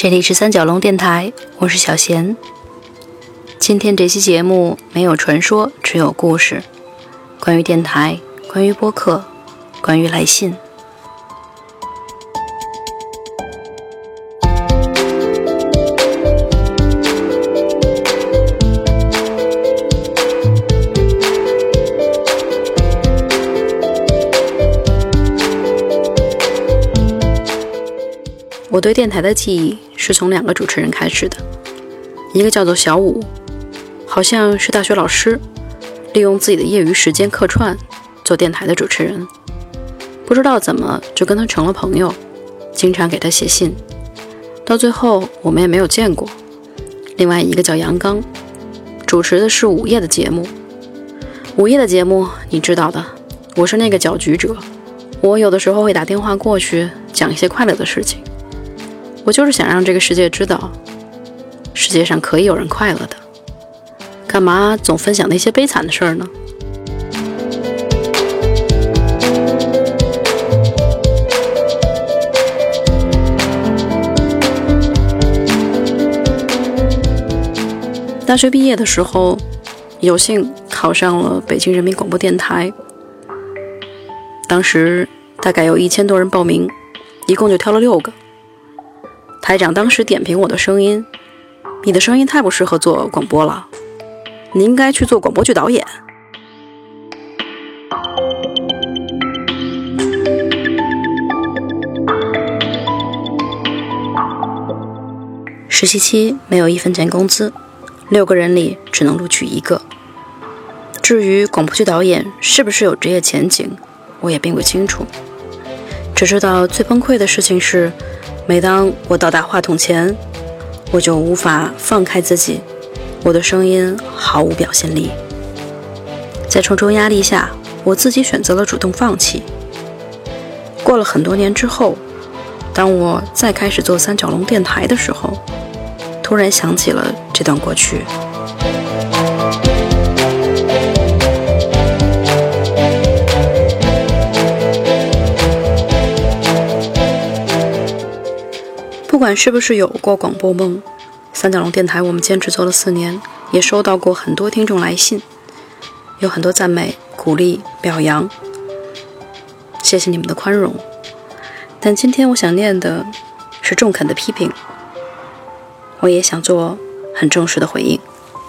这里是三角龙电台，我是小贤。今天这期节目没有传说，只有故事，关于电台，关于播客，关于来信。我对电台的记忆是从2个主持人开始的，一个叫做小武，好像是大学老师，利用自己的业余时间客串做电台的主持人，不知道怎么就跟他成了朋友，经常给他写信，到最后我们也没有见过。另外一个叫杨刚，主持的是午夜的节目。午夜的节目你知道的，我是那个搅局者，我有的时候会打电话过去讲一些快乐的事情，我就是想让这个世界知道，世界上可以有人快乐的，干嘛总分享那些悲惨的事儿呢？大学毕业的时候，有幸考上了北京人民广播电台，当时大概有1000多人报名，一共就挑了6个。台长当时点评我的声音，你的声音太不适合做广播了，你应该去做广播剧导演。实习期没有1分钱工资，6个人里只能录取1个。至于广播剧导演是不是有职业前景，我也并不清楚，只知道最崩溃的事情是，每当我到达话筒前，我就无法放开自己，我的声音毫无表现力。在重重压力下，我自己选择了主动放弃。过了很多年之后，当我再开始做三角龙电台的时候，突然想起了这段过去。不管是不是有过广播梦，三角龙电台我们坚持做了4年，也收到过很多听众来信，有很多赞美、鼓励、表扬，谢谢你们的宽容。但今天我想念的是中肯的批评，我也想做很正式的回应。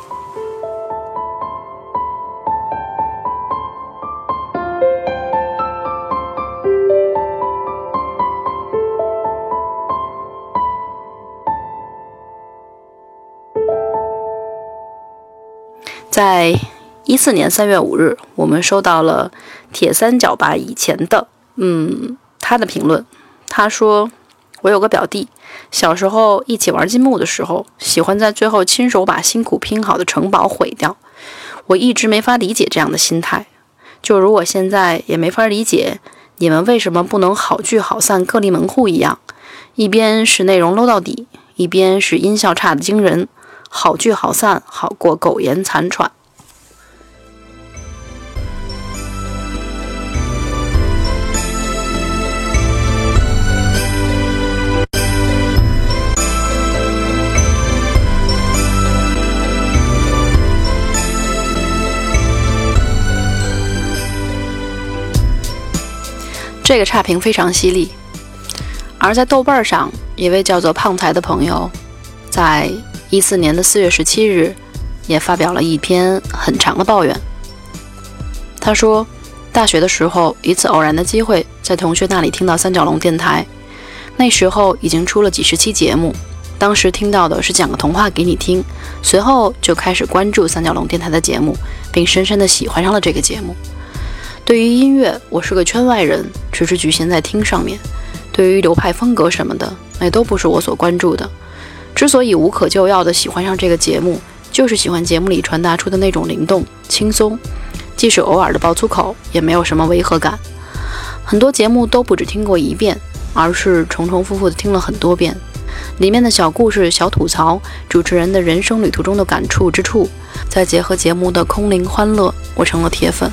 在14年3月5日，我们收到了铁三角吧以前的他的评论。他说，我有个表弟，小时候一起玩积木的时候，喜欢在最后亲手把辛苦拼好的城堡毁掉。我一直没法理解这样的心态，就如我现在也没法理解你们为什么不能好聚好散各立门户一样，一边是内容 low 到底，一边是音效差的惊人，好聚好散，好过苟延残喘。这个差评非常犀利，而在豆瓣上，一位叫做胖才的朋友在14年4月17日也发表了一篇很长的抱怨。他说，大学的时候一次偶然的机会在同学那里听到三角龙电台，那时候已经出了几十期节目，当时听到的是讲个童话给你听，随后就开始关注三角龙电台的节目，并深深地喜欢上了这个节目。对于音乐，我是个圈外人，只是局限在听上面，对于流派风格什么的，那都不是我所关注的。之所以无可救药地喜欢上这个节目，就是喜欢节目里传达出的那种灵动、轻松，即使偶尔的爆粗口，也没有什么违和感。很多节目都不只听过1遍，而是重重复复地听了很多遍。里面的小故事、小吐槽，主持人的人生旅途中的感触之处，再结合节目的空灵欢乐，我成了铁粉。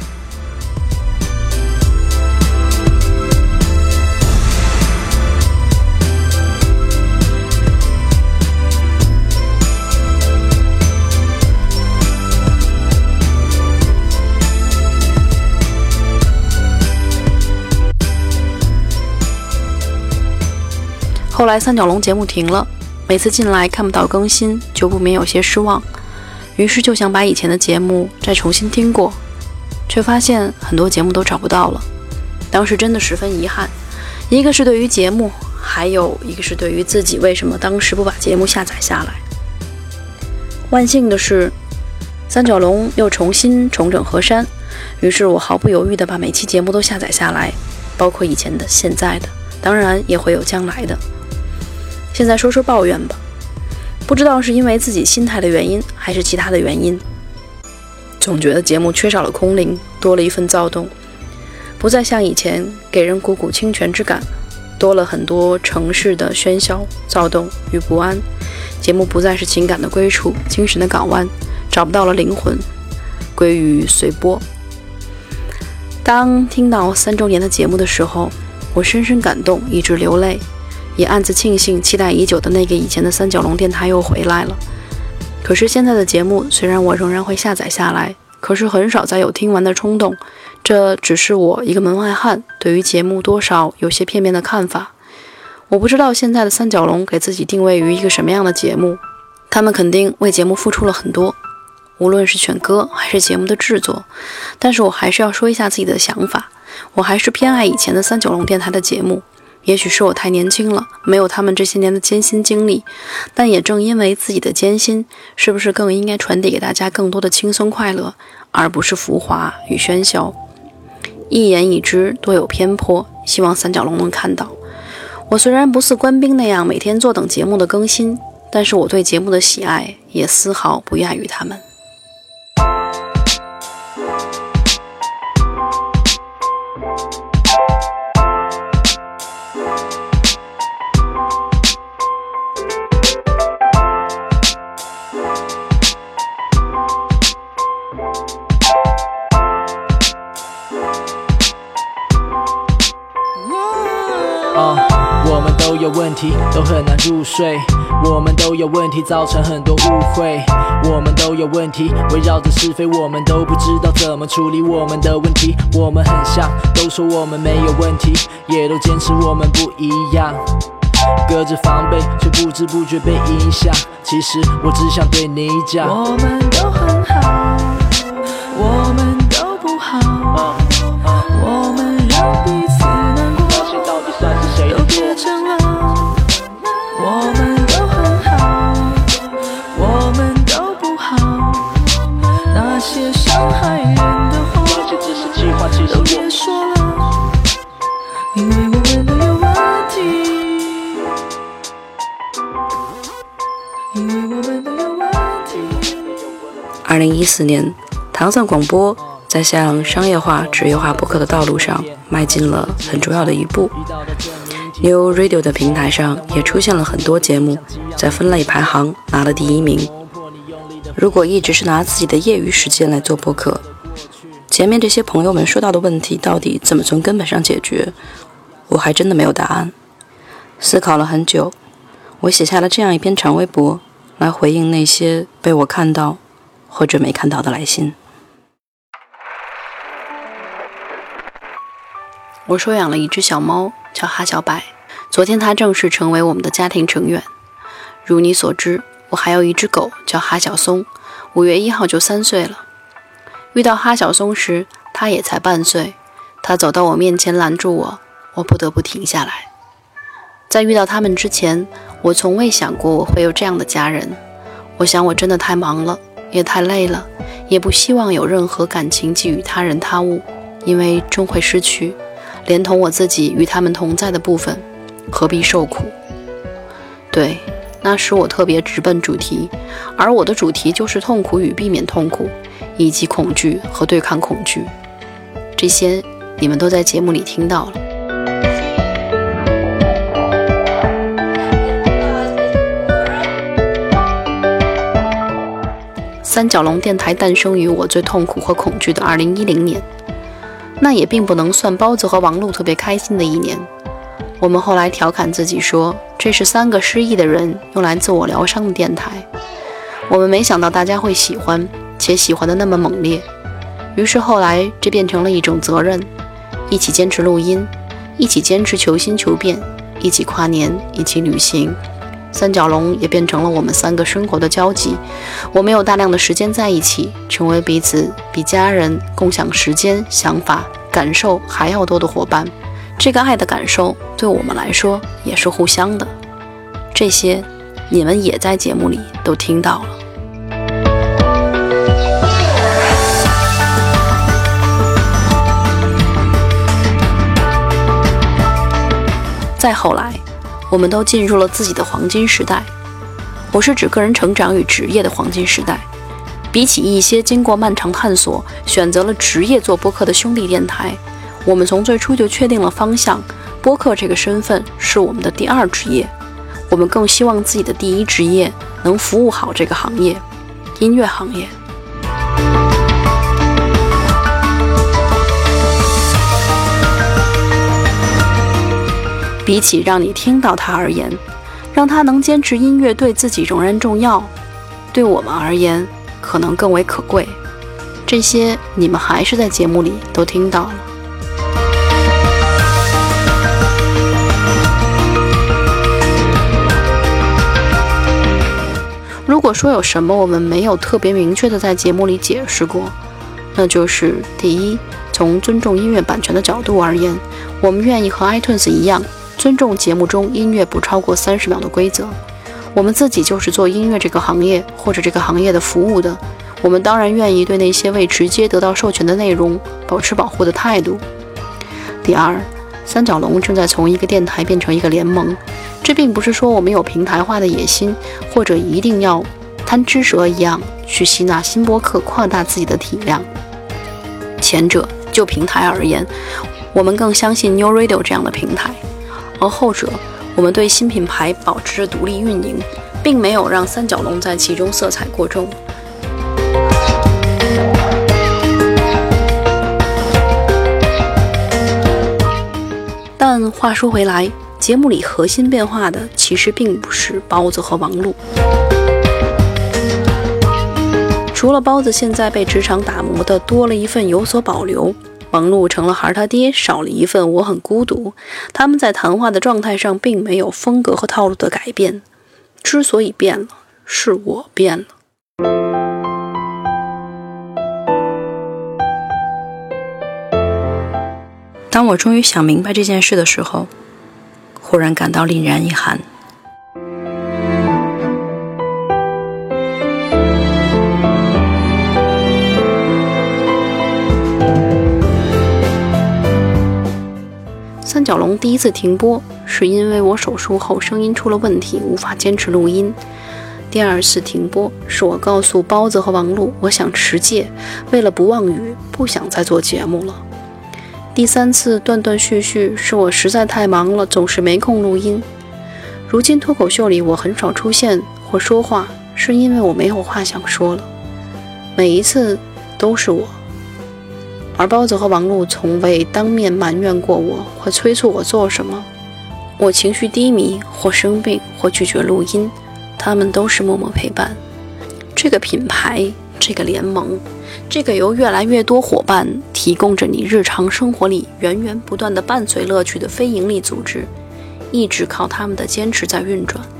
后来三角龙节目停了，每次进来看不到更新，就不免有些失望，于是就想把以前的节目再重新听过，却发现很多节目都找不到了。当时真的十分遗憾，一个是对于节目，还有一个是对于自己为什么当时不把节目下载下来。万幸的是，三角龙又重新重整河山，于是我毫不犹豫地把每期节目都下载下来，包括以前的、现在的，当然也会有将来的。现在说说抱怨吧，不知道是因为自己心态的原因，还是其他的原因，总觉得节目缺少了空灵，多了一份躁动，不再像以前给人股股清泉之感，多了很多城市的喧嚣、躁动与不安。节目不再是情感的归处，精神的港湾，找不到了灵魂，归于随波。当听到3周年的节目的时候，我深深感动，以致流泪，也暗自庆幸期待已久的那个以前的三角龙电台又回来了。可是现在的节目虽然我仍然会下载下来，可是很少再有听完的冲动，这只是我一个门外汉对于节目多少有些片面的看法。我不知道现在的三角龙给自己定位于一个什么样的节目，他们肯定为节目付出了很多，无论是选歌还是节目的制作，但是我还是要说一下自己的想法，我还是偏爱以前的三角龙电台的节目。也许是我太年轻了，没有他们这些年的艰辛经历，但也正因为自己的艰辛，是不是更应该传递给大家更多的轻松快乐，而不是浮华与喧嚣。一言以之，多有偏颇，希望三角龙能看到。我虽然不似官兵那样每天坐等节目的更新，但是我对节目的喜爱也丝毫不亚于他们。 我们都有问题，都很难入睡，我们都有问题，造成很多误会，我们都有问题，围绕着是非，我们都不知道怎么处理我们的问题。我们很像，都说我们没有问题，也都坚持我们不一样，隔着防备却不知不觉被影响。其实我只想对你讲， 我们都很好，我们都不好，我们让彼此难过， 那谁到底算是谁的都别争了。我们都很好，我们都不好，那些伤害人的话那些只是气话，其实都别说了，因为我们都有问题，因为我们都有问题。 2014年，糖蒜广播在向商业化、职业化播客的道路上迈进了很重要的一步。New Radio 的平台上也出现了很多节目，在分类排行拿了第1名。如果一直是拿自己的业余时间来做播客，前面这些朋友们说到的问题到底怎么从根本上解决，我还真的没有答案。思考了很久，我写下了这样一篇长微博，来回应那些被我看到或者没看到的来信。我收养了一只小猫，叫哈小白。昨天它正式成为我们的家庭成员。如你所知，我还有一只狗，叫哈小松，5月1号就3岁了。遇到哈小松时，它也才半岁。它走到我面前拦住我，我不得不停下来。在遇到他们之前，我从未想过我会有这样的家人。我想我真的太忙了，也太累了，也不希望有任何感情寄予他人他物，因为终会失去，连同我自己与他们同在的部分，何必受苦？对，那时我特别直奔主题，而我的主题就是痛苦与避免痛苦，以及恐惧和对抗恐惧。这些你们都在节目里听到了。三角龙电台诞生于我最痛苦和恐惧的2010年，那也并不能算包子和王璐特别开心的一年。我们后来调侃自己说，这是3个失忆的人用来自我疗伤的电台。我们没想到大家会喜欢，且喜欢的那么猛烈。于是后来这变成了一种责任，一起坚持录音，一起坚持求新求变， 一起跨年，一起旅行。三角龙也变成了我们3个生活的交集。我们有大量的时间在一起，成为彼此比家人共享时间、想法、感受还要多的伙伴。这个爱的感受对我们来说也是互相的。这些你们也在节目里都听到了。再后来，我们都进入了自己的黄金时代。我是指个人成长与职业的黄金时代。比起一些经过漫长探索选择了职业做播客的兄弟电台，我们从最初就确定了方向，播客这个身份是我们的第2职业。我们更希望自己的第1职业能服务好这个行业，音乐行业。比起让你听到它而言，让它能坚持音乐对自己仍然重要，对我们而言可能更为可贵。这些你们还是在节目里都听到了。如果说有什么我们没有特别明确的在节目里解释过，那就是第一，从尊重音乐版权的角度而言，我们愿意和 iTunes 一样尊重节目中音乐不超过30秒的规则。我们自己就是做音乐这个行业或者这个行业的服务的，我们当然愿意对那些未直接得到授权的内容保持保护的态度。第二，三角龙正在从一个电台变成一个联盟，这并不是说我们有平台化的野心，或者一定要贪吃蛇一样去吸纳新播客，扩大自己的体量。前者就平台而言，我们更相信 New Radio 这样的平台，而后者我们对新品牌保持着独立运营，并没有让三角龙在其中色彩过重。但话说回来，节目里核心变化的其实并不是包子和王璐，除了包子现在被职场打磨的多了一份有所保留，王璐成了孩他爹少了一份我很孤独，他们在谈话的状态上并没有风格和套路的改变，之所以变了，是我变了。当我终于想明白这件事的时候，忽然感到凛然一寒。三角龙第一次停播，是因为我手术后声音出了问题，无法坚持录音。第二次停播，是我告诉包子和王璐，我想持戒，为了不忘语，不想再做节目了。第三次断断续续，是我实在太忙了，总是没空录音。如今脱口秀里我很少出现或说话，是因为我没有话想说了。每一次都是我，而包子和王璐从未当面埋怨过我或催促我做什么。我情绪低迷或生病或拒绝录音，他们都是默默陪伴。这个品牌，这个联盟，这个由越来越多伙伴提供着你日常生活里源源不断的伴随乐趣的非营利组织，一直靠他们的坚持在运转。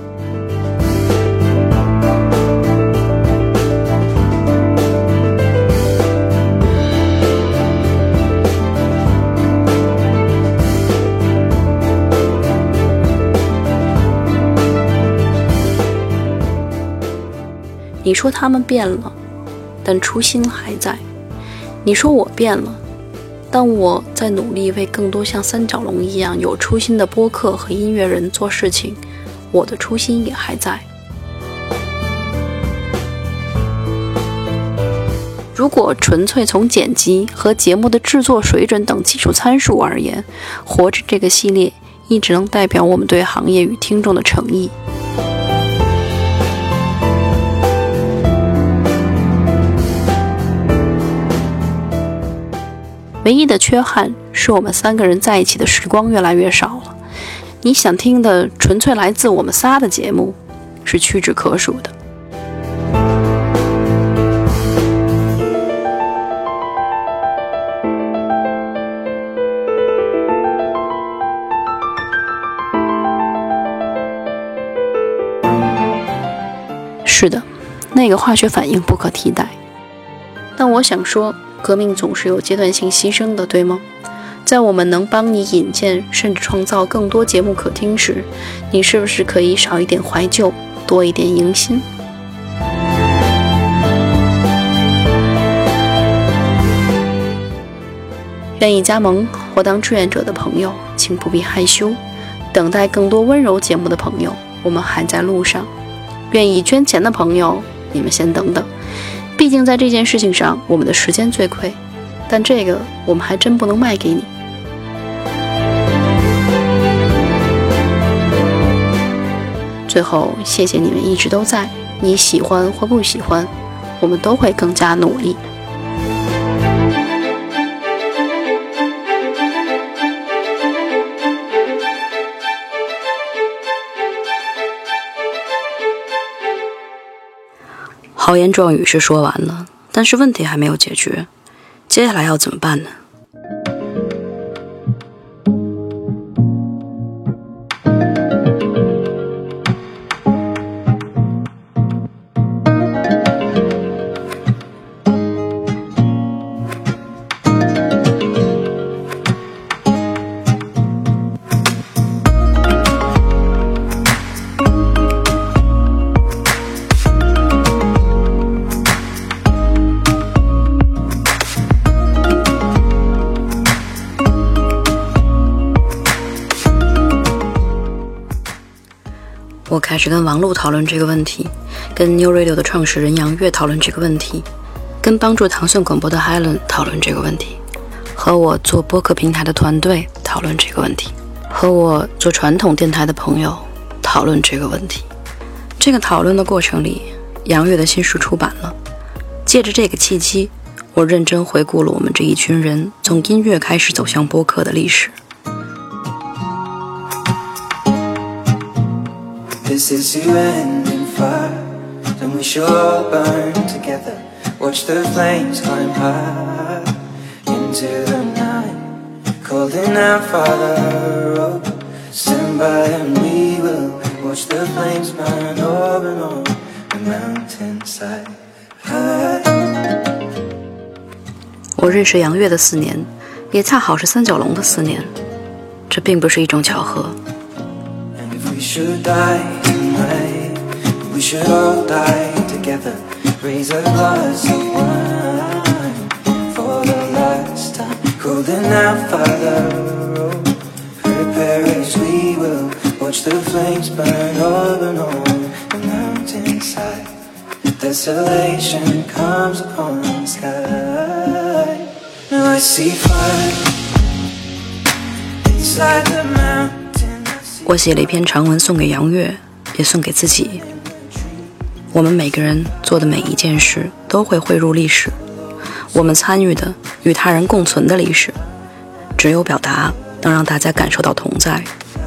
你说他们变了，但初心还在。你说我变了，但我在努力为更多像三角龙一样有初心的播客和音乐人做事情，我的初心也还在。如果纯粹从剪辑和节目的制作水准等技术参数而言，活着这个系列一直能代表我们对行业与听众的诚意。唯一的缺憾是我们三个人在一起的时光越来越少了。你想听的纯粹来自我们仨的节目是屈指可数的。 是的，那个化学反应不可替代。但我想说，革命总是有阶段性牺牲的，对吗？在我们能帮你引荐甚至创造更多节目可听时，你是不是可以少一点怀旧，多一点迎新？愿意加盟或当志愿者的朋友，请不必害羞。等待更多温柔节目的朋友，我们还在路上。愿意捐钱的朋友，你们先等等，毕竟在这件事情上，我们的时间最亏，但这个我们还真不能卖给你。最后，谢谢你们一直都在，你喜欢或不喜欢，我们都会更加努力。豪言壮语是说完了，但是问题还没有解决，接下来要怎么办呢？我开始跟王璐讨论这个问题，跟 New Radio 的创始人杨越讨论这个问题，跟帮助唐宋广播的 Helen 讨论这个问题，和我做播客平台的团队讨论这个问题，和我做传统电台的朋友讨论这个问题。这个讨论的过程里，杨越的新书出版了。借着这个契机，我认真回顾了我们这一群人从音乐开始走向播客的历史。 This is the ending fire, and we shall all burn together. Watch the flames climb high into the night, calling out, Father, oh, stand by and we will watch the flames burn over and on the mountainside. 我认识杨越的4年，也恰好是三角龙的4年，这并不是一种巧合。 We should die tonight, we should all die together. Raise a glass of wine for the last time. Holding out, Father, oh, prepare as we will watch the flames burn over and on the mountainside. Desolation comes upon the sky. Now I see fire inside the mountain. 我写了一篇长文送给杨越，也送给自己。我们每个人做的每一件事都会汇入历史，我们参与的与他人共存的历史，只有表达能让大家感受到同在。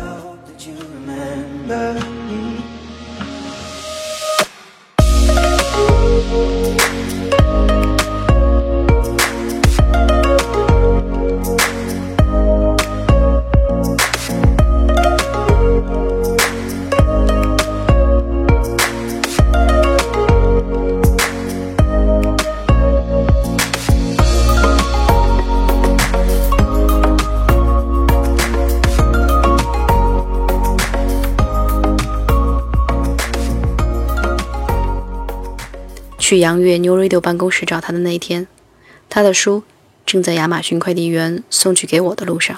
去杨越 New Radio 办公室找他的那一天，他的书正在亚马逊快递员送去给我的路上。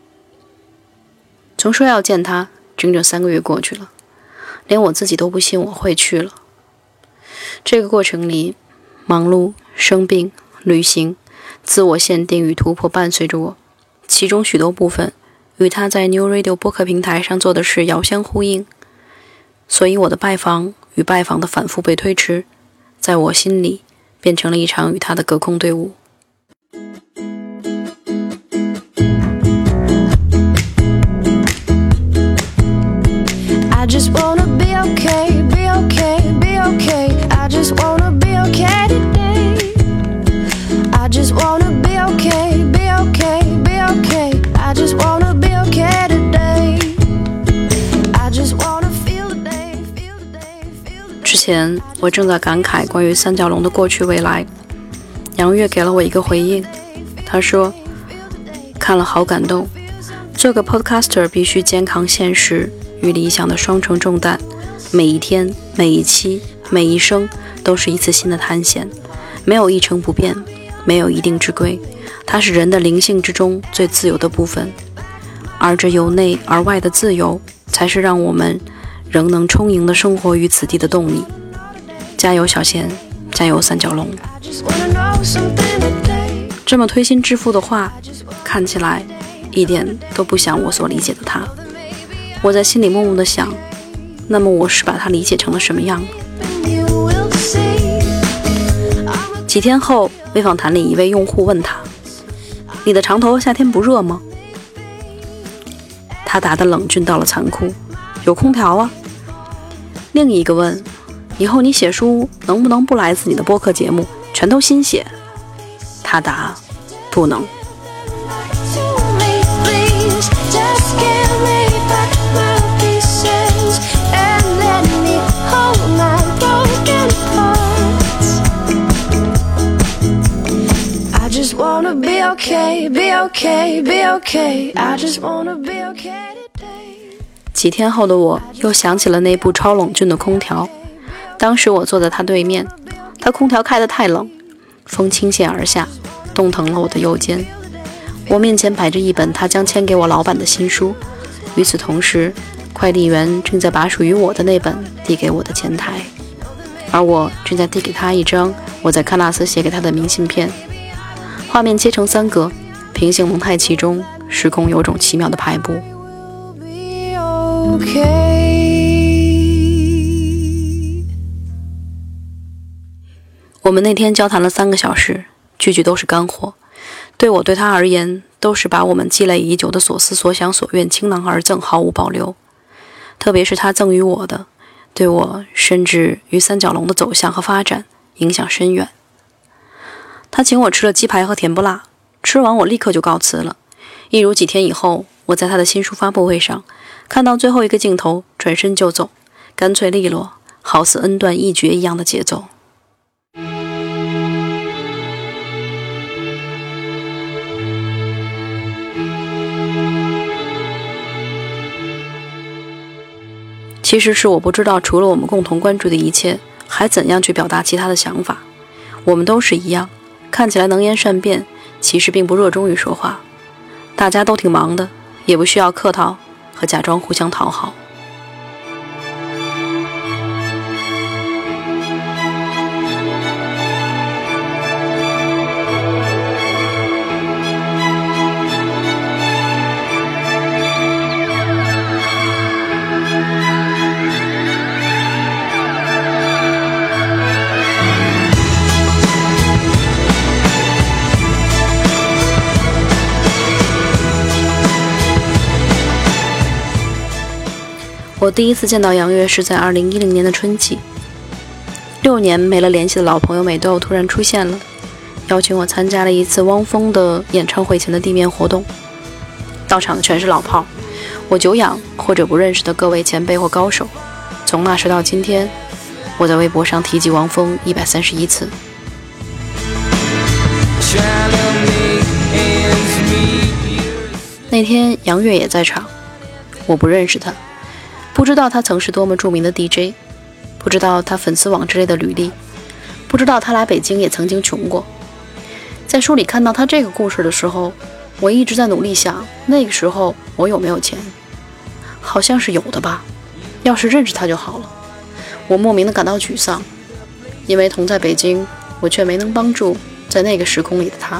从说要见他，整整3个月过去了，连我自己都不信我会去了。这个过程里，忙碌、生病、旅行、自我限定与突破伴随着我，其中许多部分与他在 New Radio 播客平台上做的事遥相呼应，所以我的拜访与拜访的反复被推迟，在我心里变成了一场与他的隔空对舞。 I just wanna be okay, be okay, be okay. I just wanna be okay today. I just wanna be okay, be okay, be okay. I just wanna be okay today. I just wanna feel the day, feel the day, feel the day. 前，我正在感慨关于三角龙的过去未来，杨月给了我一个回应，他说看了好感动，这个 podcaster 必须肩扛现实与理想的双重重担，每一天每一期每一声都是一次新的探险，没有一成不变，没有一定之规，它是人的灵性之中最自由的部分，而这由内而外的自由才是让我们仍能充盈地生活于此地的动力。加油小贤，加油三角龙。这么推心置腹的话，看起来一点都不像我所理解的他。我在心里默默地想，那么我是把他理解成了什么样？几天后，微访谈里一位用户问他，你的长头夏天不热吗？他答得冷峻到了残酷，有空调啊。另一个问，以后你写书能不能不来自你的播客节目，全都新写？他答，不能。几天后的我又想起了那部超冷峻的空调，当时我坐在他对面，他空调开得太冷，风倾泻而下，冻疼了我的右肩。我面前摆着一本他将签给我老板的新书，与此同时，快递员正在把属于我的那本递给我的前台，而我正在递给他一张我在喀纳斯写给他的明信片。画面切成3格，平行蒙太奇中，时空有种奇妙的排布。我们那天交谈了3个小时，句句都是干货，对我对他而言都是把我们积累已久的所思所想所愿倾囊而赠，毫无保留。特别是他赠予我的，对我甚至于三角龙的走向和发展影响深远。他请我吃了鸡排和甜不辣，吃完我立刻就告辞了。一如几天以后，我在他的新书发布会上看到最后一个镜头，转身就走，干脆利落，好似恩断义绝一样的节奏。其实是我不知道除了我们共同关注的一切，还怎样去表达其他的想法。我们都是一样，看起来能言善辩，其实并不热衷于说话。大家都挺忙的，也不需要客套和假装互相讨好。我第一次见到杨月是在2010年的春季，6年没了联系的老朋友美豆突然出现了，邀请我参加了一次汪峰的演唱会前的地面活动。到场的全是老炮，我久仰或者不认识的各位前辈或高手。从那时到今天，我在微博上提及汪峰131次。那天杨月也在场，我不认识他，不知道他曾是多么著名的 DJ， 不知道他粉丝网之类的履历，不知道他来北京也曾经穷过。在书里看到他这个故事的时候，我一直在努力想，那个时候我有没有钱？好像是有的吧，要是认识他就好了。我莫名的感到沮丧，因为同在北京，我却没能帮助在那个时空里的他。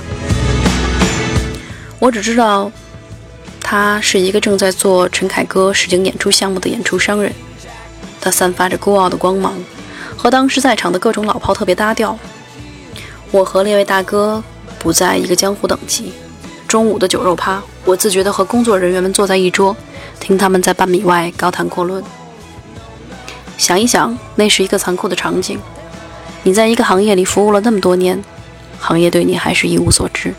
我只知道他是一个正在做陈凯歌实景演出项目的演出商人，他散发着孤傲的光芒，和当时在场的各种老炮特别搭调。我和那位大哥不在一个江湖等级，中午的酒肉趴，我自觉地和工作人员们坐在一桌，听他们在半米外高谈阔论。想一想，那是一个残酷的场景，你在一个行业里服务了那么多年，行业对你还是一无所知。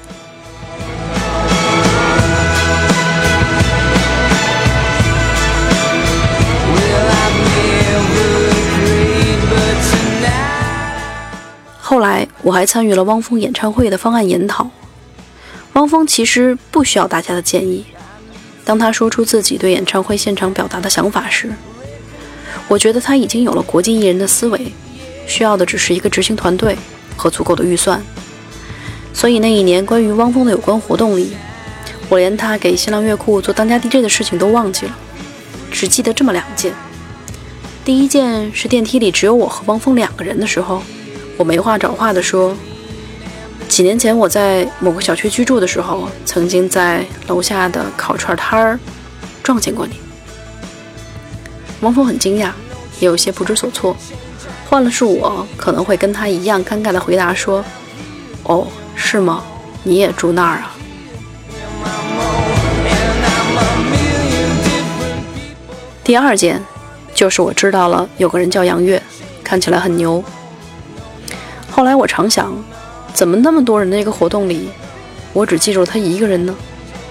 来我还参与了汪峰演唱会的方案研讨。汪峰其实不需要大家的建议，当他说出自己对演唱会现场表达的想法时，我觉得他已经有了国际艺人的思维，需要的只是一个执行团队和足够的预算。所以那一年关于汪峰的有关活动里，我连他给新浪乐库做当家 DJ 的事情都忘记了，只记得这么2件。第一件是电梯里只有我和汪峰2个人的时候，我没话找话地说，几年前我在某个小区居住的时候，曾经在楼下的烤串摊儿撞见过你。汪峰很惊讶，也有些不知所措，换了是我可能会跟他一样尴尬地回答说，哦，是吗？你也住那儿啊？第二件就是我知道了有个人叫杨越，看起来很牛。后来我常想，怎么那么多人的那个活动里，我只记住他一个人呢？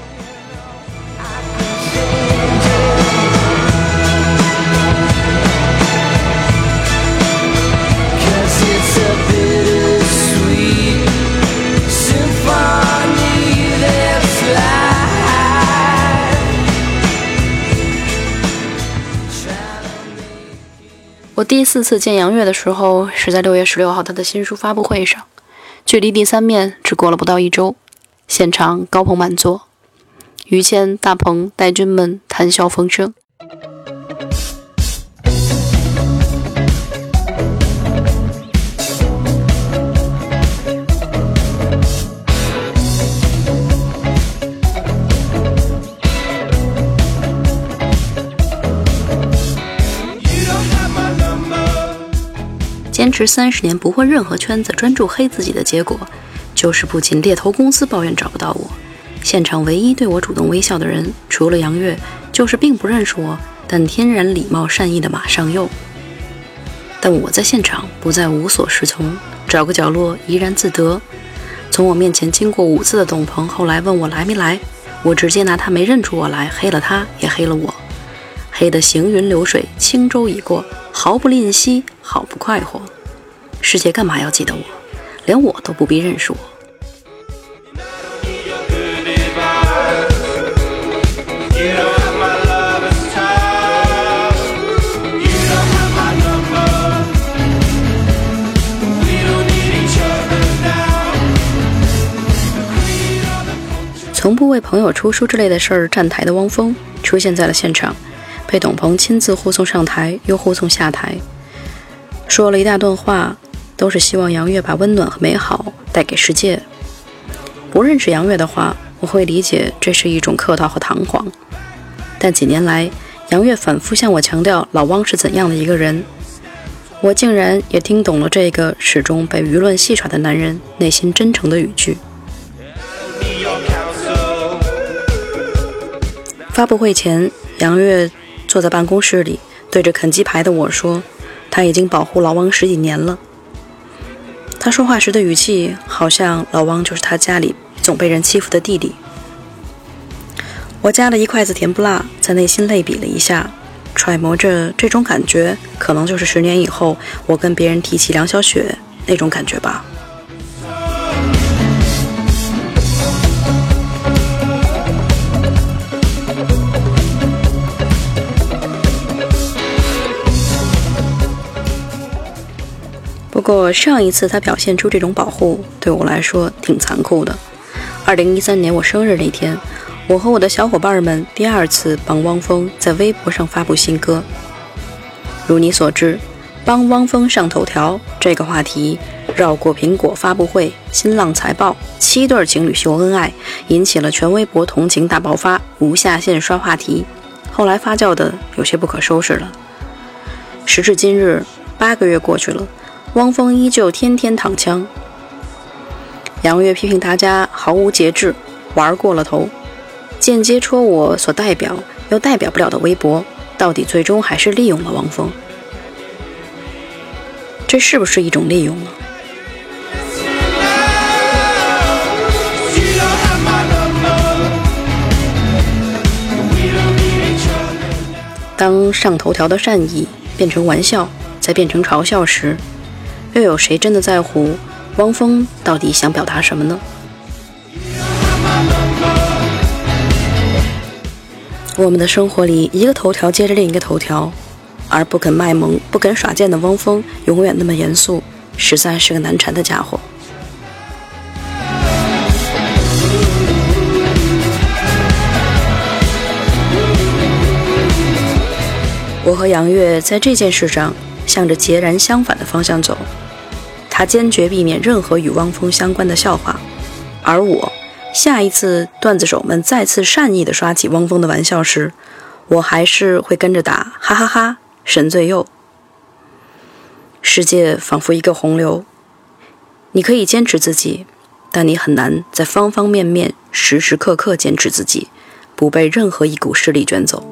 我第4次见杨越的时候是在6月16号他的新书发布会上，距离第3面只过了不到1周，现场高朋满座，于谦、大鹏、戴军们谈笑风生。坚持30年不混任何圈子，专注黑自己的结果，就是不仅猎头公司抱怨找不到我，现场唯一对我主动微笑的人，除了杨越，就是并不认识我但天然礼貌善意的马上佑。但我在现场不再无所适从，找个角落怡然自得。从我面前经过5次的董鹏，后来问我来没来，我直接拿他没认出我来，黑了他，也黑了我，黑得行云流水，轻舟已过，毫不吝惜，好不快活。世界干嘛要记得我？连我都不必认识我。从不为朋友出书之类的事儿站台的汪峰出现在了现场，被董鹏亲自护送上台又护送下台，说了一大段话，都是希望杨越把温暖和美好带给世界。不认识杨越的话，我会理解这是一种客套和堂皇，但几年来杨越反复向我强调老汪是怎样的一个人，我竟然也听懂了这个始终被舆论戏耍的男人内心真诚的语句。发布会前，杨越坐在办公室里，对着啃鸡排的我说，他已经保护老汪10几年了。他说话时的语气好像老汪就是他家里总被人欺负的弟弟。我夹了1筷子甜不辣，在内心类比了一下，揣摩着这种感觉可能就是10年以后我跟别人提起梁晓雪那种感觉吧。不过上一次他表现出这种保护对我来说挺残酷的。2013年我生日那天，我和我的小伙伴们第2次帮汪峰在微博上发布新歌。如你所知，帮汪峰上头条这个话题绕过苹果发布会、新浪财报，7对情侣秀恩爱，引起了全微博同情大爆发，无下限刷话题，后来发酵的有些不可收拾了。时至今日，8个月过去了，汪峰依旧天天躺枪。杨越批评大家毫无节制，玩过了头，间接戳我所代表又代表不了的微博，到底最终还是利用了汪峰。这是不是一种利用呢？当上头条的善意变成玩笑，再变成嘲笑时，又有谁真的在乎汪峰到底想表达什么呢？我们的生活里，一个头条接着另一个头条，而不肯卖萌、不肯耍贱的汪峰，永远那么严肃，实在是个难缠的家伙。我和杨越在这件事上向着截然相反的方向走，他坚决避免任何与汪峰相关的笑话，而我下一次段子手们再次善意地刷起汪峰的玩笑时，我还是会跟着打哈哈哈，神最右。世界仿佛一个洪流，你可以坚持自己，但你很难在方方面面时时刻刻坚持自己，不被任何一股势力卷走。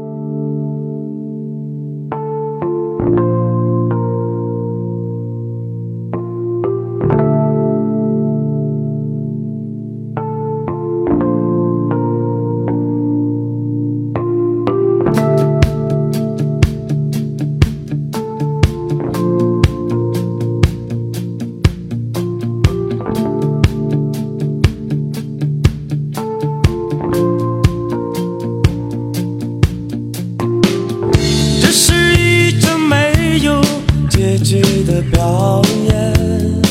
表演，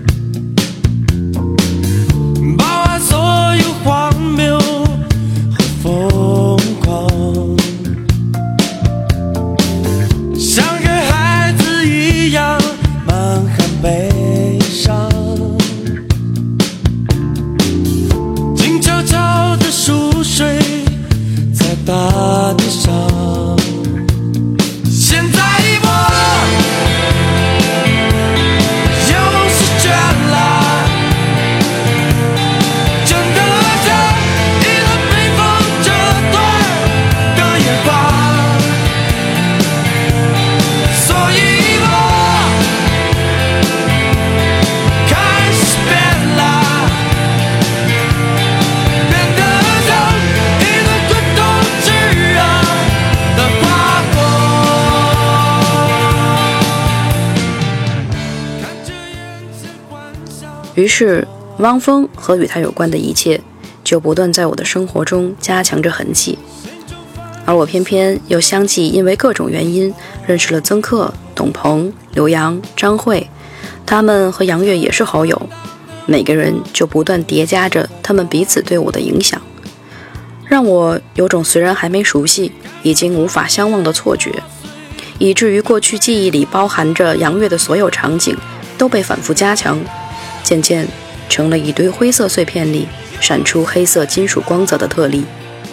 包含所有荒谬和疯狂，像个孩子一样满含悲伤，静悄悄地熟睡在大地上。现在于是汪峰和与他有关的一切就不断在我的生活中加强着痕迹，而我偏偏又相继因为各种原因认识了曾克、董鹏、刘洋、张慧，他们和杨越也是好友，每个人就不断叠加着他们彼此对我的影响，让我有种虽然还没熟悉，已经无法相忘的错觉，以至于过去记忆里包含着杨越的所有场景都被反复加强，渐渐成了一堆灰色碎片里闪出黑色金属光泽的特例。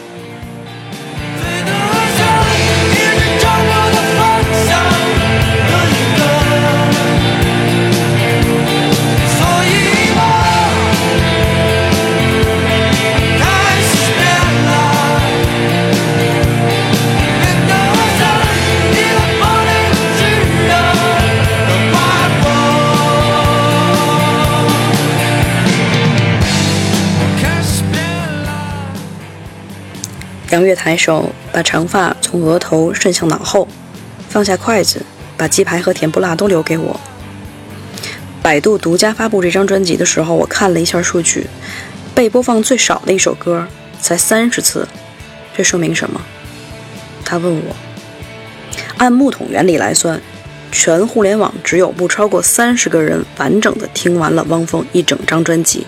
杨越抬手把长发从额头顺向脑后，放下筷子，把鸡排和甜不辣都留给我。百度独家发布这张专辑的时候，我看了一下数据，被播放最少的一首歌才30次，这说明什么？他问我，按木桶原理来算，全互联网只有不超过30个人完整的听完了汪峰一整张专辑。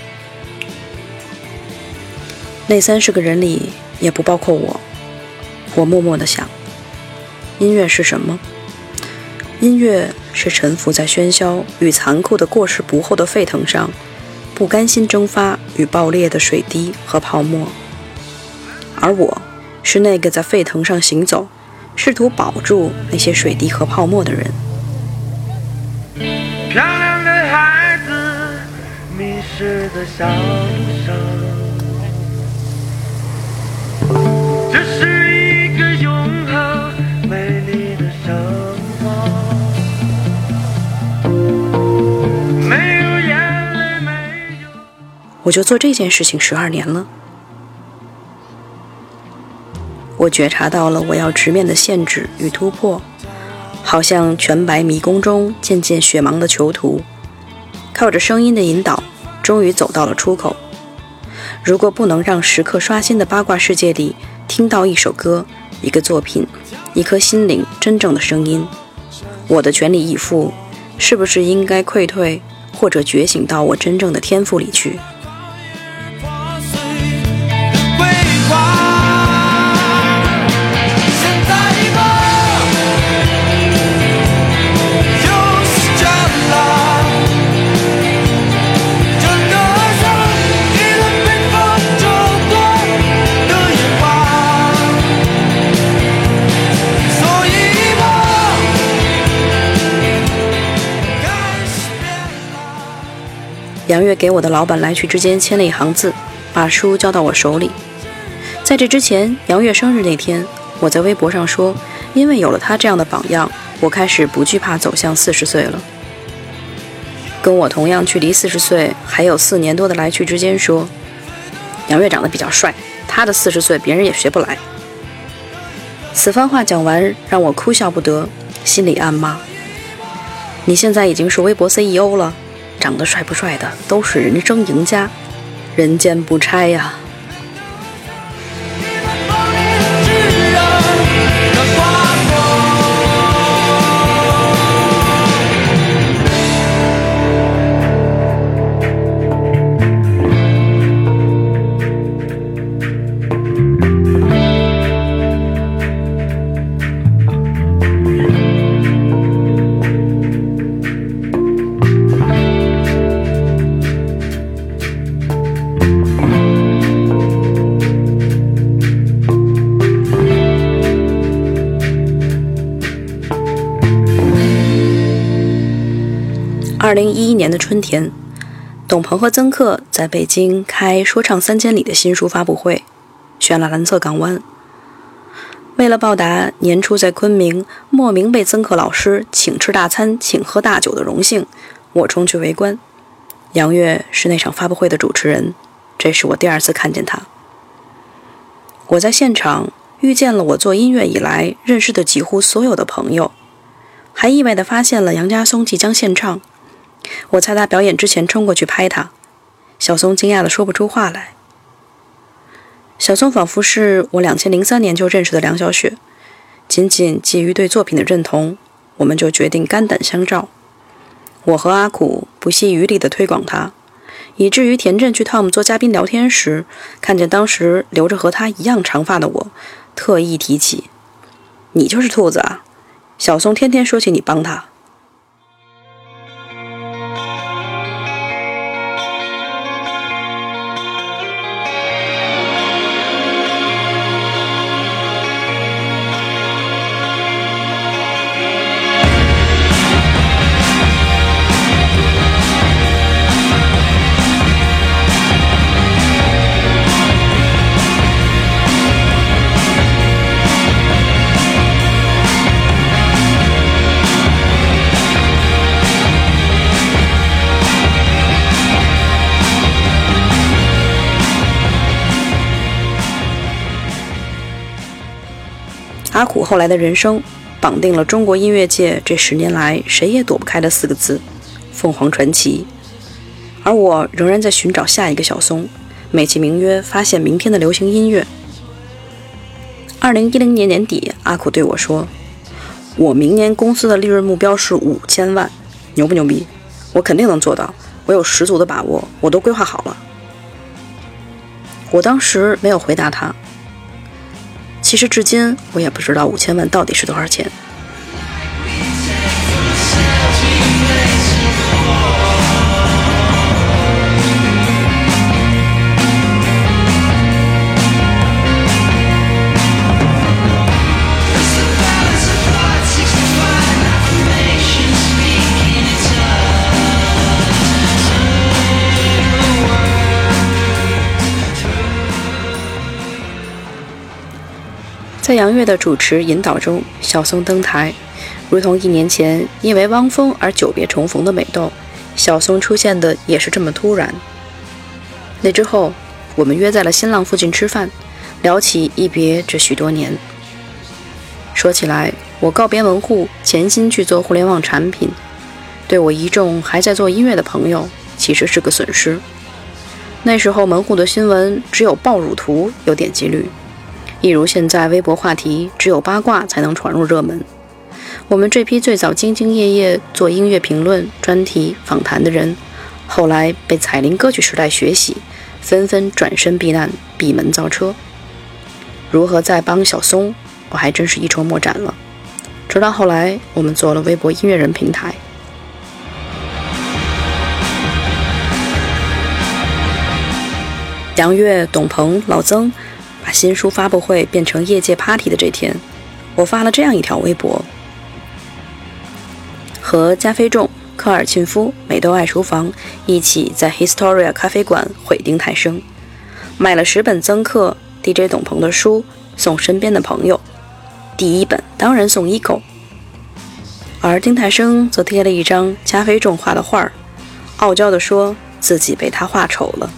那30个人里也不包括我。我默默地想，音乐是什么？音乐是沉浮在喧嚣与残酷的过时不候的沸腾上，不甘心蒸发与爆裂的水滴和泡沫。而我是那个在沸腾上行走，试图保住那些水滴和泡沫的人。 漂亮的孩子迷失的小路上，这是一个永恒美丽的生活，没有眼泪，没有。 我就做这件事情12年了。我觉察到了我要直面的限制与突破，好像全白迷宫中渐渐雪茫的囚徒， 靠着声音的引导，终于走到了出口。如果不能让时刻刷新的八卦世界里听到一首歌、一个作品、一颗心灵真正的声音，我的全力以赴是不是应该溃退，或者觉醒到我真正的天赋里去？杨月给我的老板来去之间签了一行字，把书交到我手里。在这之前，杨月生日那天，我在微博上说，因为有了他这样的榜样，我开始不惧怕走向40岁了。跟我同样距离40岁还有4年多的来去之间说，杨月长得比较帅，他的40岁别人也学不来。此番话讲完，让我哭笑不得，心里暗骂：你现在已经是微博 CEO 了，长得帅不帅的都是人生赢家，人间不拆呀。2011年的春天，董鹏和曾克在北京开说唱3000里的新书发布会，选了蓝色港湾。为了报答年初在昆明莫名被曾克老师请吃大餐请喝大酒的荣幸，我冲去围观。杨月是那场发布会的主持人，这是我第2次看见他。我在现场遇见了我做音乐以来认识的几乎所有的朋友，还意外地发现了杨家松即将献唱。我在他表演之前冲过去拍他，小松惊讶地说不出话来。小松仿佛是我2003年就认识的梁小雪，仅仅基于对作品的认同，我们就决定肝胆相照。我和阿苦不惜余力地推广他，以至于田震去 Tom 做嘉宾聊天时，看见当时留着和他一样长发的我，特意提起：你就是兔子啊，小松天天说起你帮他。阿苦后来的人生绑定了中国音乐界这10年来谁也躲不开的4个字：凤凰传奇。而我仍然在寻找下一个小松，美其名曰发现明天的流行音乐。2010年年底，阿苦对我说：我明年公司的利润目标是5000万，牛不牛逼？我肯定能做到，我有十足的把握，我都规划好了。我当时没有回答他，其实至今我也不知道5000万到底是多少钱。在杨越的主持引导中，小松登台，如同1年前因为汪峰而久别重逢的美豆，小松出现的也是这么突然。那之后，我们约在了新浪附近吃饭，聊起一别这许多年。说起来，我告别门户，潜心去做互联网产品， 对我一众还在做音乐的朋友其实是个损失。那时候门户的新闻只有爆乳图有点击率，一如现在微博话题只有八卦才能传入热门。我们这批最早兢兢业业做音乐评论、专题访谈的人，后来被彩铃歌曲时代学习，纷纷转身避难，闭门造车。如何再帮小松，我还真是一筹莫展了。直到后来我们做了微博音乐人平台。杨越、董鹏、老曾把新书发布会变成业界 party 的这天，我发了这样一条微博：和加菲仲、科尔沁夫、美豆爱厨房一起在 Historia 咖啡馆毁丁太升，买了10本曾克 DJ 董鹏的书送身边的朋友，第1本当然送Eco，而丁太升则贴了一张加菲仲画的画，傲娇地说自己被他画丑了。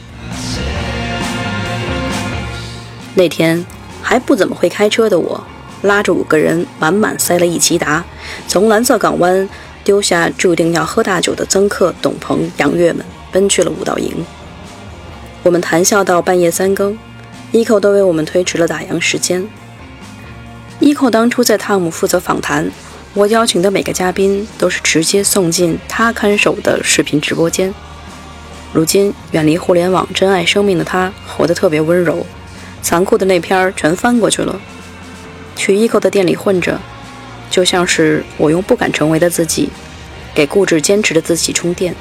那天还不怎么会开车的我，拉着5个人满满塞了一骐达，从蓝色港湾丢下注定要喝大酒的曾克、董鹏、杨越们，奔去了舞蹈营。我们谈笑到半夜3更，Eco 都为我们推迟了打烊时间。Eco 当初在汤姆负责访谈，我邀请的每个嘉宾都是直接送进他看守的视频直播间。如今远离互联网、珍爱生命的他，活得特别温柔，残酷的那篇全翻过去了。去 Eco 的店里混着，就像是我用不敢成为的自己，给固执坚持的自己充电。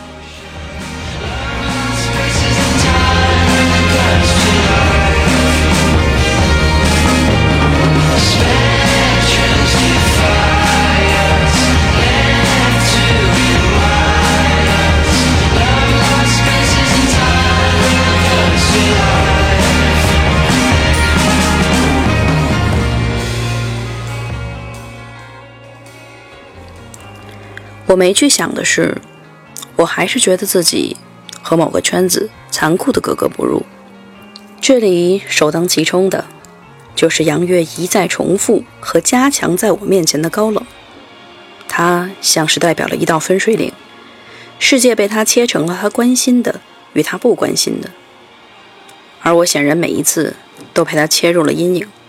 我没去想的是，我还是觉得自己和某个圈子残酷的格格不入。这里首当其冲的就是杨越一再重复和加强在我面前的高冷，他像是代表了一道分水岭，世界被他切成了他关心的与他不关心的，而我显然每一次都被他切入了阴影。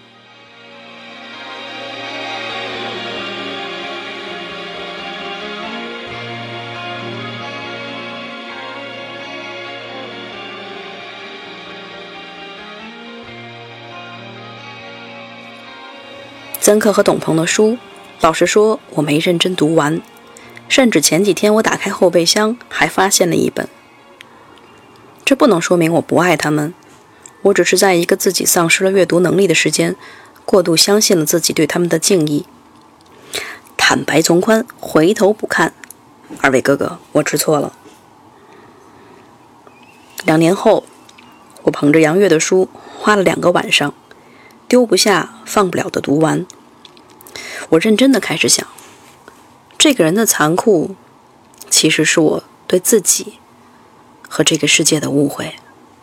曾克和董鹏的书，老实说我没认真读完，甚至前几天我打开后备箱还发现了一本。这不能说明我不爱他们，我只是在一个自己丧失了阅读能力的时间，过度相信了自己对他们的敬意。坦白从宽，回头不看，二位哥哥，我知错了。2年后，我捧着杨越的书花了2个晚上，丢不下放不了的读完。我认真的开始想，这个人的残酷其实是我对自己和这个世界的误会。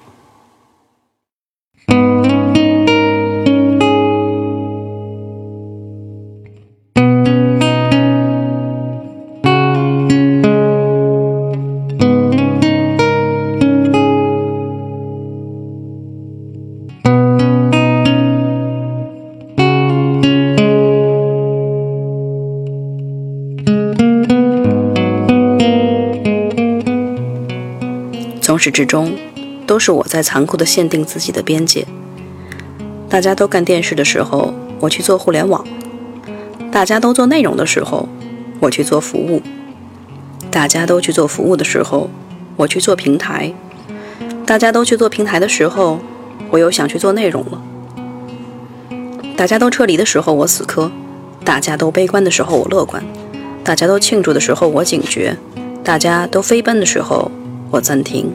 从始至终都是我在残酷地限定自己的边界。大家都干电视的时候，我去做互联网；大家都做内容的时候，我去做服务；大家都去做服务的时候，我去做平台；大家都去做平台的时候，我又想去做内容了。大家都撤离的时候，我死磕；大家都悲观的时候，我乐观；大家都庆祝的时候，我警觉；大家都飞奔的时候，我暂停。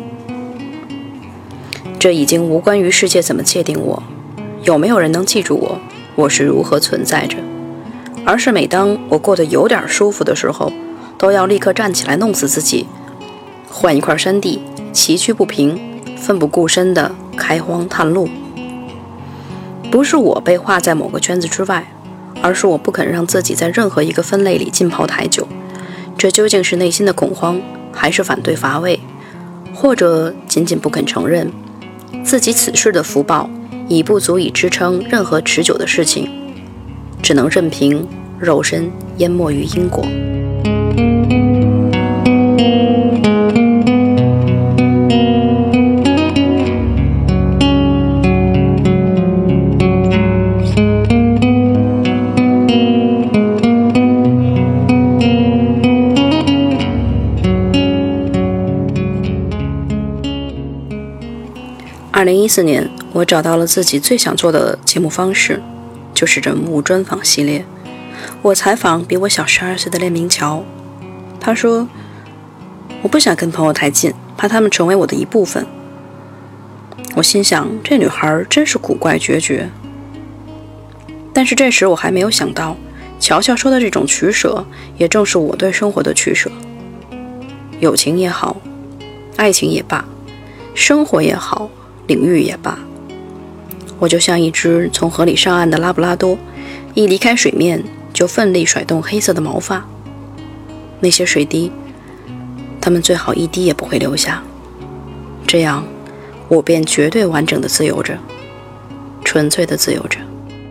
这已经无关于世界怎么界定我，有没有人能记住我，我是如何存在着，而是每当我过得有点舒服的时候，都要立刻站起来弄死自己，换一块山地，崎岖不平，奋不顾身地开荒探路。不是我被划在某个圈子之外， 而是我不肯让自己在任何一个分类里浸泡太久。这究竟是内心的恐慌，还是反对乏味，或者仅仅不肯承认自己此世的福报已不足以支撑任何持久的事情，只能任凭肉身淹没于因果。2014年，我找到了自己最想做的节目方式，就是人物专访系列。我采访比我小12岁的练明桥，他说：“我不想跟朋友太近，怕他们成为我的一部分。”我心想，这女孩真是古怪决绝。但是这时我还没有想到，乔乔说的这种取舍，也正是我对生活的取舍。友情也好，爱情也罢，生活也好，领域也罢，我就像一只从河里上岸的拉布拉多，一离开水面就奋力甩动黑色的毛发。那些水滴，它们最好一滴也不会留下，这样我便绝对完整的自由着，纯粹的自由着。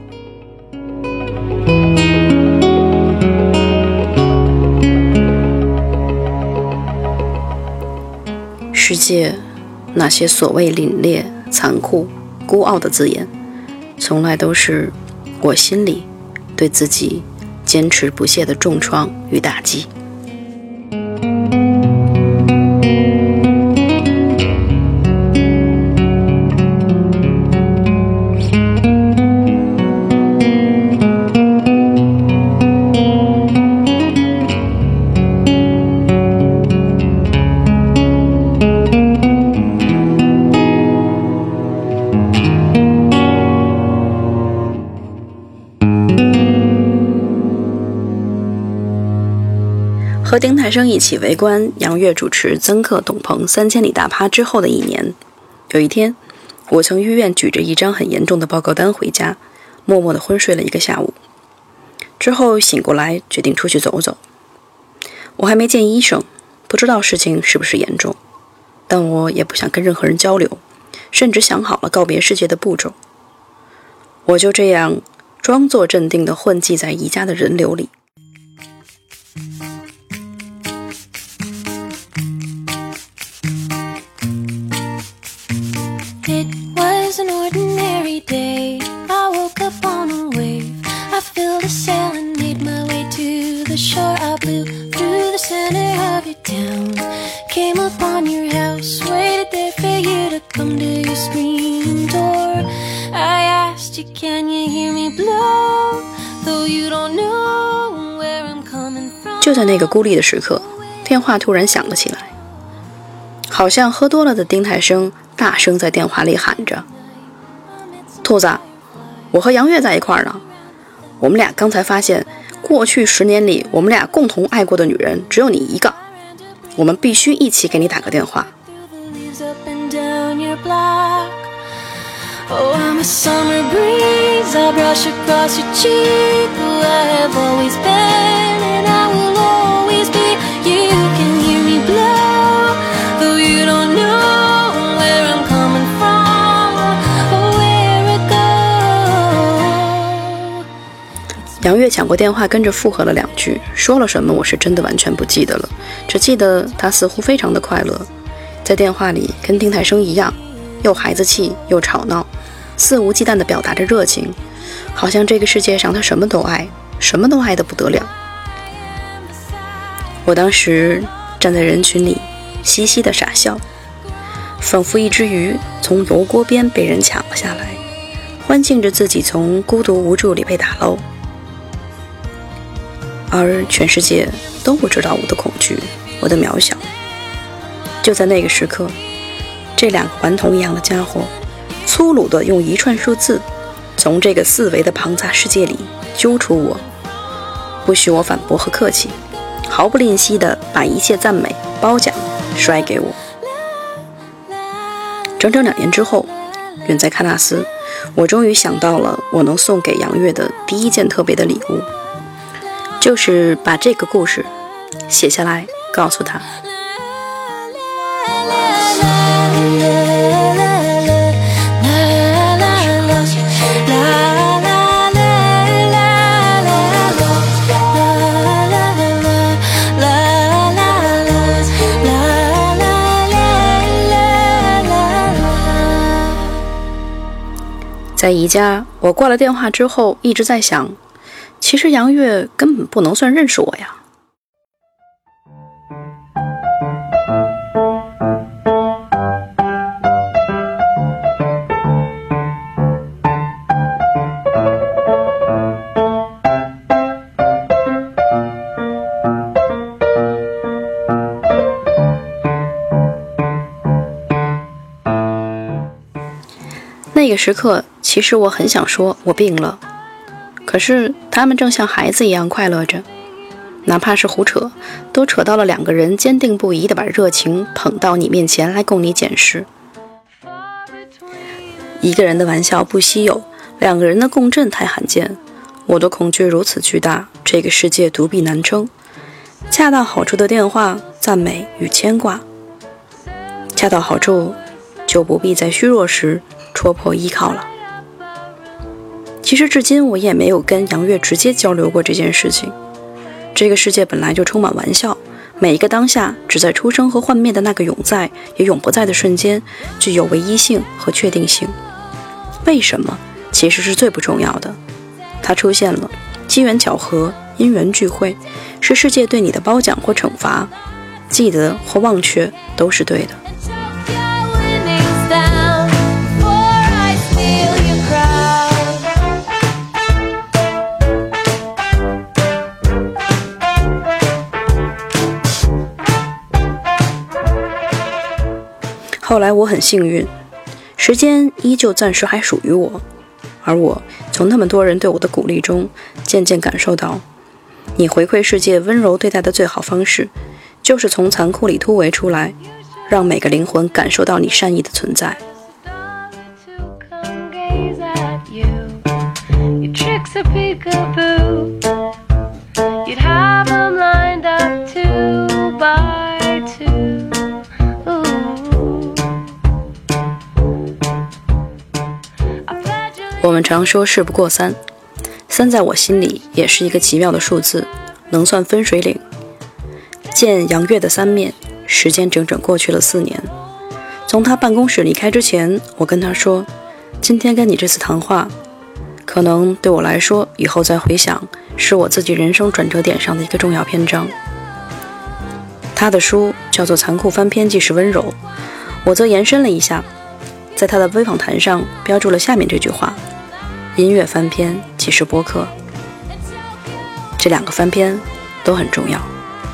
世界那些所谓凛冽、残酷、孤傲的字眼，从来都是我心里对自己坚持不懈的重创与打击。和丁太升一起围观杨越主持曾克董鹏3000里大趴之后的一年，有一天，我从医院举着一张很严重的报告单回家，默默地昏睡了一个下午。之后醒过来，决定出去走走。我还没见医生，不知道事情是不是严重，但我也不想跟任何人交流，甚至想好了告别世界的步骤。我就这样装作镇定地混迹在宜家的人流里。 It was an ordinary day. I woke up on a wave. I filled a sail and made my way to the shore. I blew through the center of your town. Came upon your house, waited there for you to come to your screen door. I asked you, can you hear me blow? Though you don't know where I'm coming from. 就在那个孤立的时刻，电话突然响了起来，好像喝多了的丁太升大声在电话里喊着：“兔子，我和杨越在一块儿呢。我们俩刚才发现，过去10年里，我们俩共同爱过的女人只有你一个。我们必须一起给你打个电话。” Oh, I'm a summer breeze, I brush across your cheek. Who I have always been, and I will always be. You can hear me blow, though you don't know where I'm coming from, or where I go. 杨越抢过电话，跟着附和了2句，说了什么我是真的完全不记得了，只记得他似乎非常的快乐，在电话里跟丁太升一样，又孩子气又吵闹，肆无忌惮地表达着热情，好像这个世界上他什么都爱，什么都爱得不得了。我当时站在人群里嘻嘻地傻笑，仿佛一只鱼从油锅边被人抢了下来，欢庆着自己从孤独无助里被打捞。而全世界都不知道我的恐惧，我的渺小。就在那个时刻，这2个顽童一样的家伙粗鲁地用一串数字从这个4维的庞杂世界里揪出我，不许我反驳和客气，毫不吝惜地把一切赞美褒奖摔给我。整整2年之后，远在喀纳斯， 我终于想到了我能送给杨月的第一件特别的礼物，就是把这个故事写下来告诉她。在宜家，我挂了电话之后一直在想，其实杨月根本不能算认识我呀。那个时刻，其实我很想说我病了，可是他们正像孩子一样快乐着，哪怕是胡扯，都扯到了两个人坚定不移地把热情捧到你面前来供你检视。一个人的玩笑不稀有，两个人的共振太罕见。我的恐惧如此巨大，这个世界独臂难撑。恰到好处的电话，赞美与牵挂，恰到好处，就不必在虚弱时戳破依靠了。其实至今我也没有跟杨月直接交流过这件事情。这个世界本来就充满玩笑，每一个当下只在出生和幻灭的那个永在也永不在的瞬间具有唯一性和确定性。为什么其实是最不重要的，它出现了，机缘巧合，因缘聚会，是世界对你的褒奖或惩罚，记得或忘却都是对的。后来我很幸运，时间依旧暂时还属于我，而我从那么多人对我的鼓励中渐渐感受到，你回馈世界温柔对待的最好方式，就是从残酷里突围出来，让每个灵魂感受到你善意的存在。我们常说事不过三，三在我心里也是一个奇妙的数字，能算分水岭。见杨月的三面，时间整整过去了4年。从他办公室离开之前，我跟他说，今天跟你这次谈话，可能对我来说，以后再回想，是我自己人生转折点上的一个重要篇章。他的书叫做《残酷翻篇即是温柔》，我则延伸了一下，在他的微访谈上标注了下面这句话：音乐翻篇即是播客。这2个翻篇都很重要。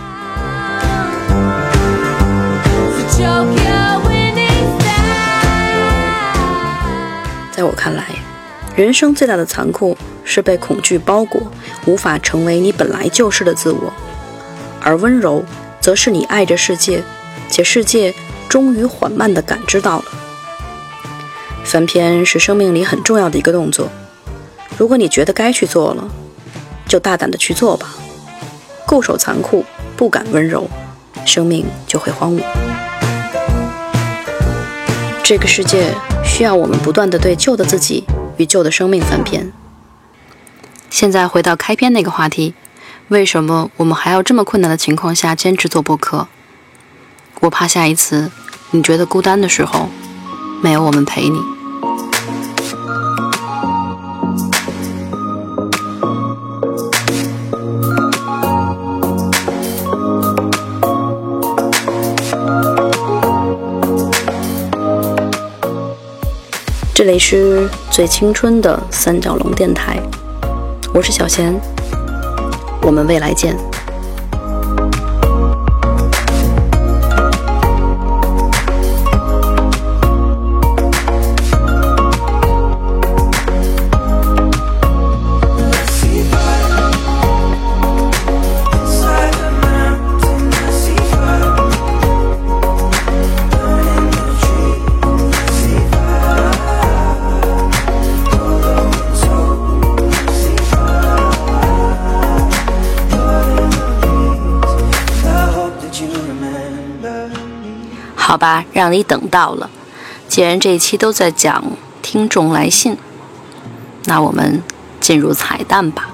在我看来，人生最大的残酷是被恐惧包裹，无法成为你本来就是的自我，而温柔则是你爱着世界，且世界终于缓慢地感知到了。翻篇是生命里很重要的一个动作，如果你觉得该去做了，就大胆地去做吧。固守残酷，不敢温柔，生命就会荒芜。这个世界需要我们不断地对旧的自己与旧的生命翻篇。现在回到开篇那个话题，为什么我们还要这么困难的情况下坚持做播客？我怕下一次你觉得孤单的时候，没有我们陪你。这里是最青春的三角龙电台，我是小贤，我们未来见。 好吧，让你等到了。既然这一期都在讲听众来信，那我们进入彩蛋吧。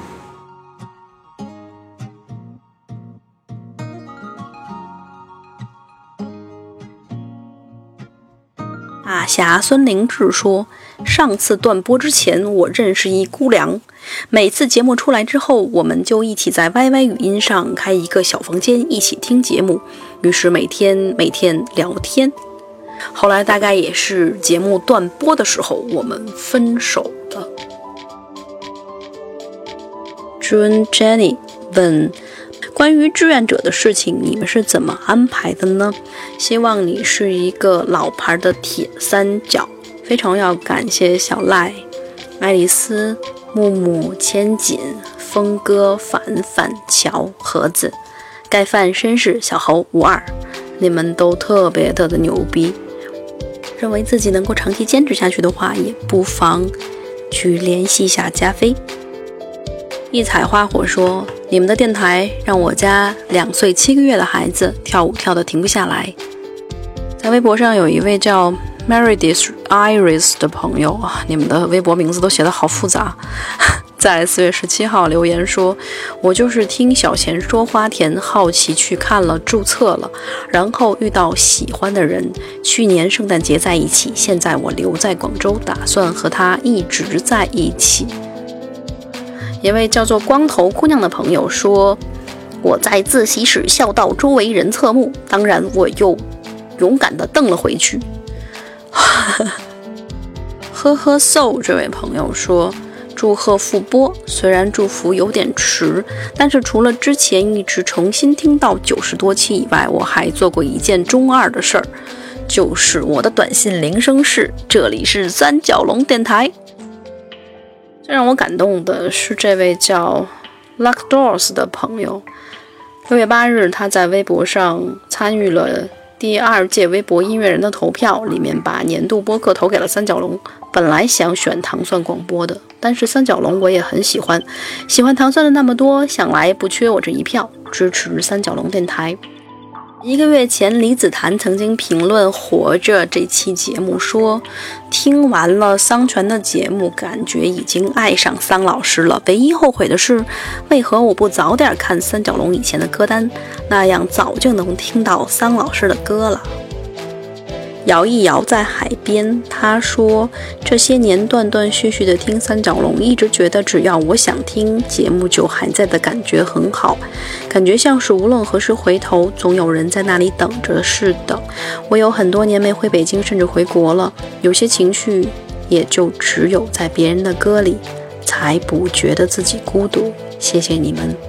大侠孙灵志说，上次断播之前，我认识一姑娘，每次节目出来之后，我们就一起在 YY 语音上开一个小房间，一起听节目，于是每天聊天。后来大概也是节目断播的时候，我们分手了。June Jenny 问，关于志愿者的事情，你们是怎么安排的呢？希望你是一个老牌的铁三角。非常要感谢小赖、爱丽丝、木木、千锦、峰哥、凡凡、乔、盒子、盖饭、绅士、小猴、52，你们都特别的牛逼。认为自己能够长期坚持下去的话，也不妨去联系一下加菲。一采花火说，你们的电台让我家2岁7个月的孩子跳舞跳得停不下来。在微博上有一位叫 Meredith Iris 的朋友啊，你们的微博名字都写得好复杂。在4月17号留言说，我就是听小贤说花田，好奇去看了，注册了，然后遇到喜欢的人，去年圣诞节在一起，现在我留在广州，打算和他一直在一起。一位叫做光头姑娘的朋友说，我在自习室笑到周围人侧目，当然我又勇敢地瞪了回去。呵呵 so 这位朋友说，祝贺复播，虽然祝福有点迟，但是除了之前一直重新听到90多期以外，我还做过一件中二的事儿，就是我的短信铃声是这里是三角龙电台。最让我感动的是这位叫 Luck Doors 的朋友，6月8日他在微博上参与了第2届微博音乐人的投票，里面把年度播客投给了三角龙。本来想选糖蒜广播的，但是三角龙我也很喜欢糖蒜的那么多，想来不缺我这一票，支持三角龙电台。1个月前，李子涵曾经评论《活着》这期节目说，听完了桑泉的节目，感觉已经爱上桑老师了。唯一后悔的是，为何我不早点看三角龙以前的歌单，那样早就能听到桑老师的歌了。摇一摇在海边，他说这些年断断续续的听三角龙，一直觉得只要我想听节目就还在的感觉很好，感觉像是无论何时回头总有人在那里等着似的。我有很多年没回北京，甚至回国了，有些情绪也就只有在别人的歌里才不觉得自己孤独。谢谢你们。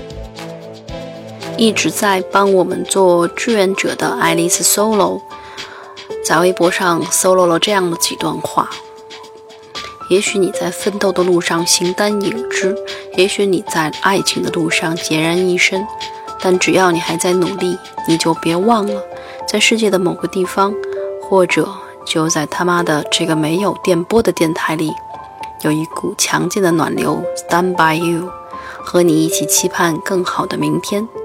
一直在帮我们做志愿者的爱丽丝 Solo在微博上 solo 了这样的几段话。也许你在奋斗的路上形单影只，也许你在爱情的路上孑然一身，但只要你还在努力，你就别忘了，在世界的某个地方，或者就在他妈的这个没有电波的电台里，有一股强劲的暖流 stand by you， 和你一起期盼更好的明天。